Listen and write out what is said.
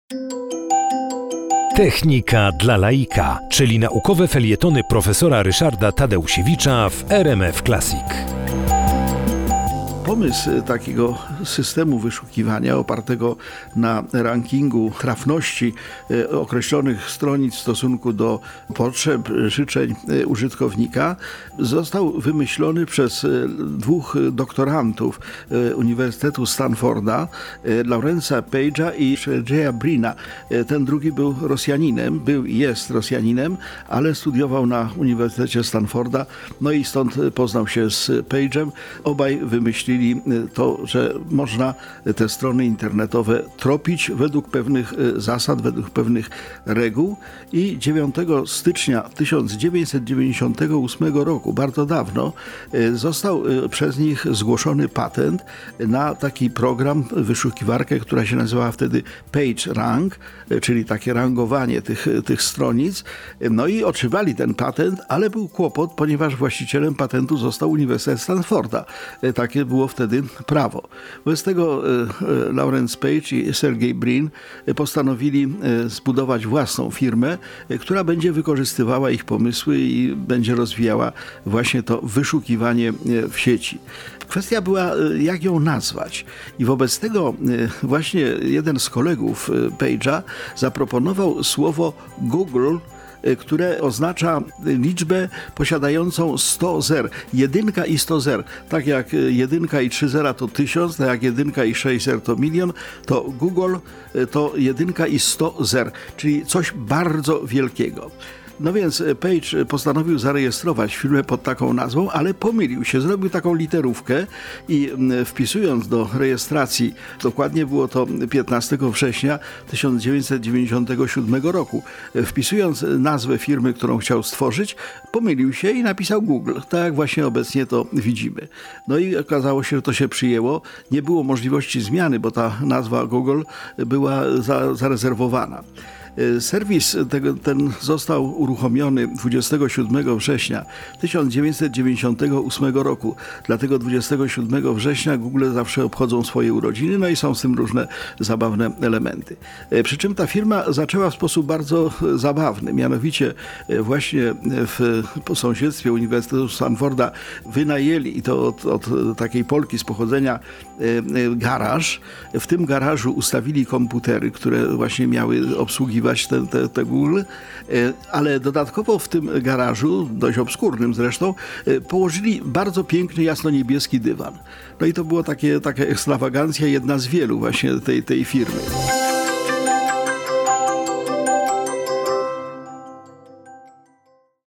Technika dla laika, czyli naukowe felietony profesora Ryszarda Tadeusiewicza w RMF Classic. Pomysł takiego systemu wyszukiwania opartego na rankingu trafności określonych stronic w stosunku do potrzeb, życzeń użytkownika został wymyślony przez dwóch doktorantów Uniwersytetu Stanforda, Lawrence'a Page'a i Sergeja Brina. Ten drugi był Rosjaninem, był i jest Rosjaninem, ale studiował na Uniwersytecie Stanforda, no i stąd poznał się z Page'em. Obaj wymyślili to, że można te strony internetowe tropić według pewnych zasad, według pewnych reguł i 9 stycznia 1998 roku, bardzo dawno, został przez nich zgłoszony patent na taki program, wyszukiwarkę, która się nazywała wtedy PageRank, czyli takie rangowanie tych stronic. No i otrzymali ten patent, ale był kłopot, ponieważ właścicielem patentu został Uniwersytet Stanforda. Takie było wtedy prawo. Wobec tego Lawrence Page i Sergey Brin postanowili zbudować własną firmę, która będzie wykorzystywała ich pomysły i będzie rozwijała właśnie to wyszukiwanie w sieci. Kwestia była, jak ją nazwać. I wobec tego właśnie jeden z kolegów Page'a zaproponował słowo Google, które oznacza liczbę posiadającą 100 zer. 1 i 100 zer. Tak jak 1 i 3 zera to 1000, tak jak 1 i 6 zer to 1 000 000, to Google to 1 i 100 zer, czyli coś bardzo wielkiego. No więc Page postanowił zarejestrować firmę pod taką nazwą, ale pomylił się, zrobił taką literówkę i wpisując do rejestracji, dokładnie było to 15 września 1997 roku, wpisując nazwę firmy, którą chciał stworzyć, pomylił się i napisał Google, tak jak właśnie obecnie to widzimy. No i okazało się, że to się przyjęło. Nie było możliwości zmiany, bo ta nazwa Google była zarezerwowana. Serwis ten został uruchomiony 27 września 1998 roku. Dlatego 27 września Google zawsze obchodzą swoje urodziny, no i są z tym różne zabawne elementy. Przy czym ta firma zaczęła w sposób bardzo zabawny. Mianowicie właśnie w sąsiedztwie Uniwersytetu Stanforda wynajęli, i to od takiej Polki z pochodzenia, garaż. W tym garażu ustawili komputery, które właśnie miały obsługiwać te Google, ale dodatkowo w tym garażu, dość obskurnym zresztą, położyli bardzo piękny, jasno-niebieski dywan. No i to była taka ekstrawagancja, jedna z wielu właśnie tej firmy.